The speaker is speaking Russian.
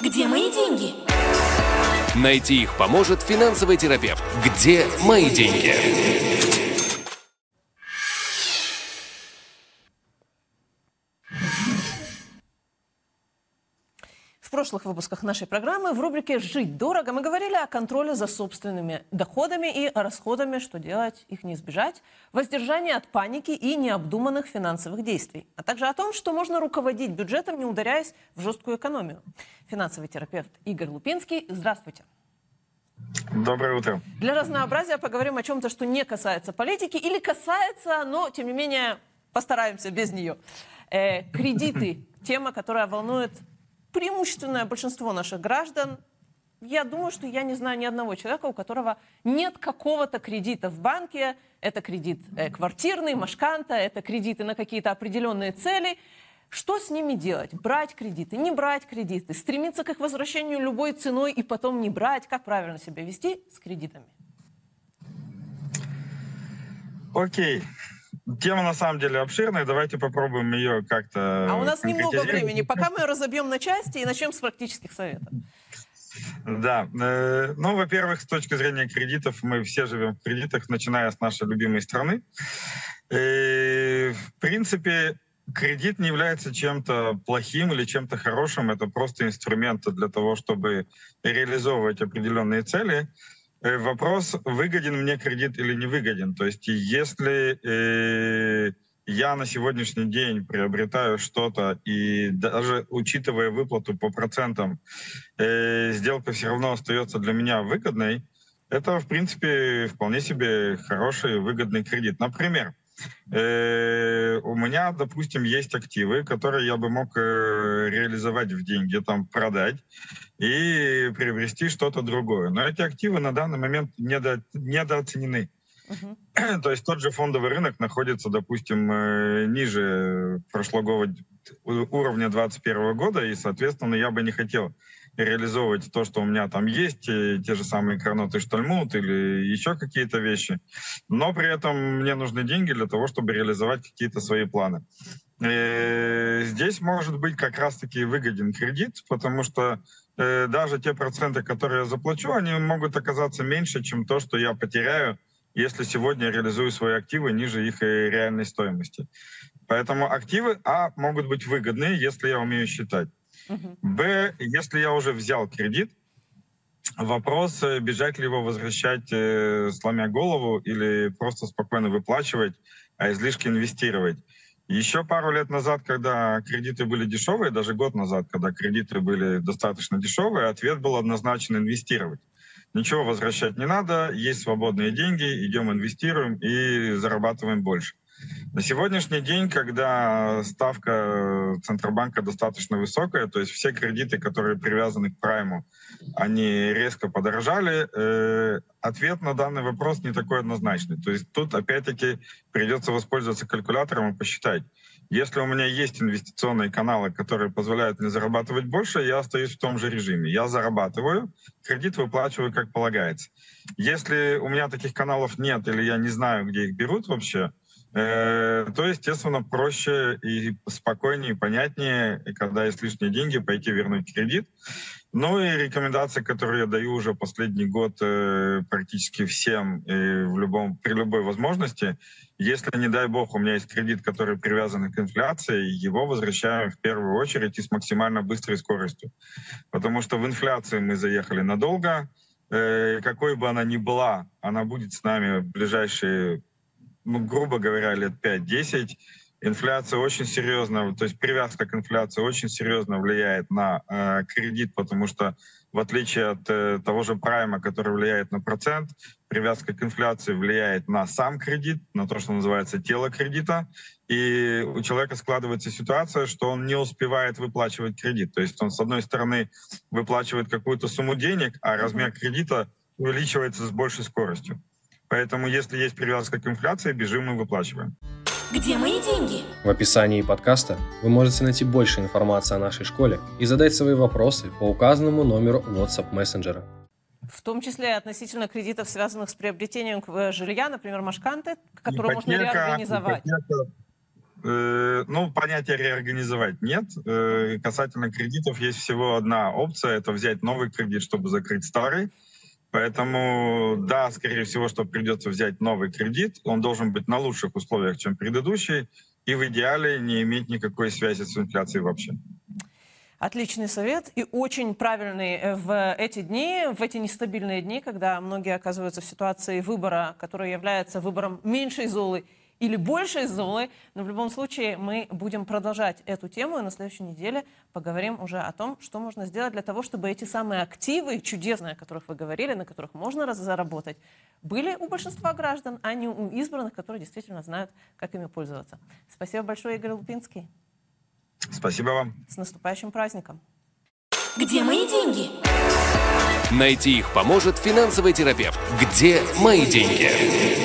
Где мои деньги? Найти их поможет финансовый терапевт. Где мои деньги? В прошлых выпусках нашей программы в рубрике «Жить дорого» мы говорили о контроле за собственными доходами и расходами, что делать, их не избежать, воздержании от паники и необдуманных финансовых действий, а также о том, что можно руководить бюджетом, не ударяясь в жесткую экономию. Финансовый терапевт Игорь Лупинский, здравствуйте. Доброе утро. Для разнообразия поговорим о чем-то, что не касается политики или касается, но, тем не менее, постараемся без нее. Кредиты. Тема, которая волнует преимущественное большинство наших граждан. Я думаю, что я не знаю ни одного человека, у которого нет какого-то кредита в банке. Это кредит квартирный, машканта, это кредиты на какие-то определенные цели. Что с ними делать? Брать кредиты, не брать кредиты, стремиться к их возвращению любой ценой и потом не брать? Как правильно себя вести с кредитами? Окей. Тема на самом деле обширная, давайте попробуем ее как-то... А у нас немного времени, пока мы ее разобьем на части и начнем с практических советов. Да. Ну, во-первых, с точки зрения кредитов, мы все живем в кредитах, начиная с нашей любимой страны. И, в принципе, кредит не является чем-то плохим или чем-то хорошим, это просто инструмент для того, чтобы реализовывать определенные цели. Вопрос, выгоден мне кредит или не выгоден. То есть если я на сегодняшний день приобретаю что-то, и даже учитывая выплату по процентам, сделка все равно остается для меня выгодной, это, в принципе, вполне себе хороший выгодный кредит. Например, у меня, допустим, есть активы, которые я бы мог реализовать в деньги, там, продать и приобрести что-то другое. Но эти активы на данный момент недооценены. То есть тот же фондовый рынок находится, допустим, ниже прошлого уровня 2021 года, и, соответственно, я бы не хотел реализовывать то, что у меня там есть, те же самые Кранот и Штальмут или еще какие-то вещи. Но при этом мне нужны деньги для того, чтобы реализовать какие-то свои планы. Здесь может быть как раз-таки выгоден кредит, потому что даже те проценты, которые я заплачу, они могут оказаться меньше, чем то, что я потеряю, если сегодня реализую свои активы ниже их реальной стоимости. Поэтому активы, могут быть выгодные, если я умею считать. Б, если я уже взял кредит, вопрос, бежать ли его возвращать, сломя голову, или просто спокойно выплачивать, а излишки инвестировать. Еще пару лет назад, когда кредиты были дешевые, даже год назад, когда кредиты были достаточно дешевые, ответ был однозначно инвестировать. Ничего возвращать не надо, есть свободные деньги, идем инвестируем и зарабатываем больше. На сегодняшний день, когда ставка Центробанка достаточно высокая, то есть все кредиты, которые привязаны к прайму, они резко подорожали, ответ на данный вопрос не такой однозначный. То есть тут опять-таки придется воспользоваться калькулятором и посчитать. Если у меня есть инвестиционные каналы, которые позволяют мне зарабатывать больше, я остаюсь в том же режиме. Я зарабатываю, кредит выплачиваю как полагается. Если у меня таких каналов нет или я не знаю, где их берут вообще, то, естественно, проще и спокойнее, и понятнее, когда есть лишние деньги, пойти вернуть кредит. Ну и рекомендации, которые я даю уже последний год практически всем при любой возможности. Если, не дай бог, у меня есть кредит, который привязан к инфляции, его возвращаем в первую очередь и с максимально быстрой скоростью. Потому что в инфляцию мы заехали надолго. Какой бы она ни была, она будет с нами в ближайшие, грубо говоря, лет 5-10. Инфляция очень серьезно, то есть привязка к инфляции очень серьезно влияет на кредит, потому что в отличие от того же прайма, который влияет на процент, привязка к инфляции влияет на сам кредит, на то, что называется тело кредита. И у человека складывается ситуация, что он не успевает выплачивать кредит. То есть он, с одной стороны, выплачивает какую-то сумму денег, а размер кредита увеличивается с большей скоростью. Поэтому, если есть привязка к инфляции, бежим и выплачиваем. Где мои деньги? В описании подкаста вы можете найти больше информации о нашей школе и задать свои вопросы по указанному номеру WhatsApp мессенджера. В том числе относительно кредитов, связанных с приобретением жилья, например, машканты, которые можно реорганизовать. Понятие реорганизовать нет. Касательно кредитов есть всего одна опция — это взять новый кредит, чтобы закрыть старый. Поэтому, да, скорее всего, что придется взять новый кредит. Он должен быть на лучших условиях, чем предыдущий, и в идеале не иметь никакой связи с инфляцией вообще. Отличный совет и очень правильный в эти дни, в эти нестабильные дни, когда многие оказываются в ситуации выбора, который является выбором меньшей золы или большей золы. Но в любом случае мы будем продолжать эту тему, и на следующей неделе поговорим уже о том, что можно сделать для того, чтобы эти самые активы чудесные, о которых вы говорили, на которых можно заработать, были у большинства граждан, а не у избранных, которые действительно знают, как ими пользоваться. Спасибо большое, Игорь Лупинский. Спасибо вам. С наступающим праздником. Где мои деньги? Найти их поможет финансовый терапевт. Где мои деньги?